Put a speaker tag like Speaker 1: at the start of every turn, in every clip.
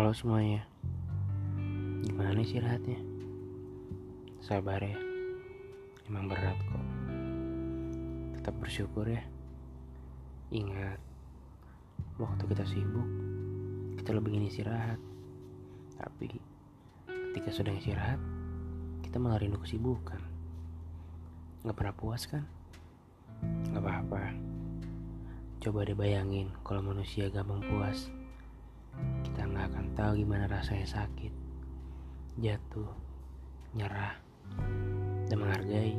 Speaker 1: Halo semuanya, gimana istirahatnya? Sabar ya, emang berat kok. Tetap bersyukur ya. Ingat, waktu kita sibuk, kita lebih ingin istirahat. Tapi ketika sudah istirahat, kita malah rindu kesibukan. Gak pernah puas kan? Gak apa-apa. Coba deh bayangin kalau manusia gampang puas. Kita gak akan tahu gimana rasanya sakit, jatuh, nyerah, dan menghargai.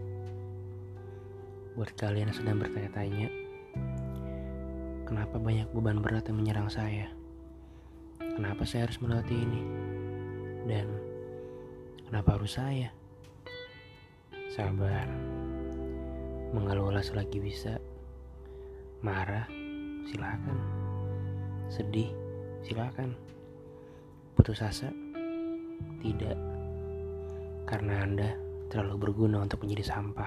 Speaker 1: Buat kalian yang sedang bertanya-tanya, kenapa banyak beban berat yang menyerang saya? Kenapa saya harus melewati ini? Dan kenapa harus saya? Sabar, mengelola selagi bisa. Marah, silakan. Sedih, silakan. Putus asa? Tidak. Karena Anda terlalu berguna untuk menjadi sampah.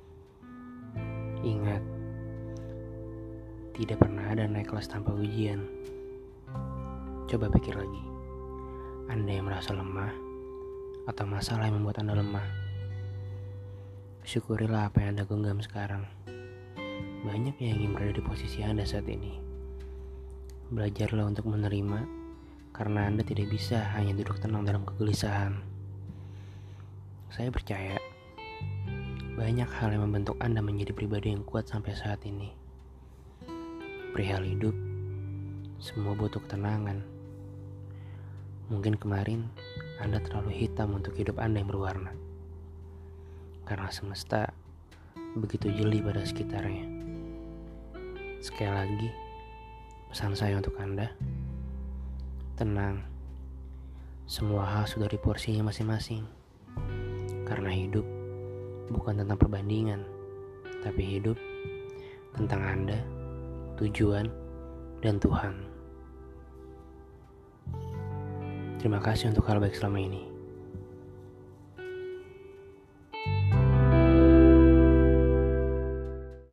Speaker 1: Ingat, tidak pernah ada naik kelas tanpa ujian. Coba pikir lagi. Anda yang merasa lemah atau masalah yang membuat Anda lemah? Syukurilah apa yang Anda genggam sekarang. Banyak yang ingin berada di posisi Anda saat ini. Belajarlah untuk menerima, karena Anda tidak bisa hanya duduk tenang dalam kegelisahan. Saya percaya banyak hal yang membentuk Anda menjadi pribadi yang kuat sampai saat ini. Perihal hidup, semua butuh ketenangan. Mungkin kemarin Anda terlalu hitam untuk hidup Anda yang berwarna. Karena semesta begitu jeli pada sekitarnya. Sekali lagi, pesan saya untuk Anda, tenang. Semua hal sudah di porsinya masing-masing. Karena hidup bukan tentang perbandingan, tapi hidup tentang Anda, tujuan, dan Tuhan. Terima kasih untuk hal baik selama ini.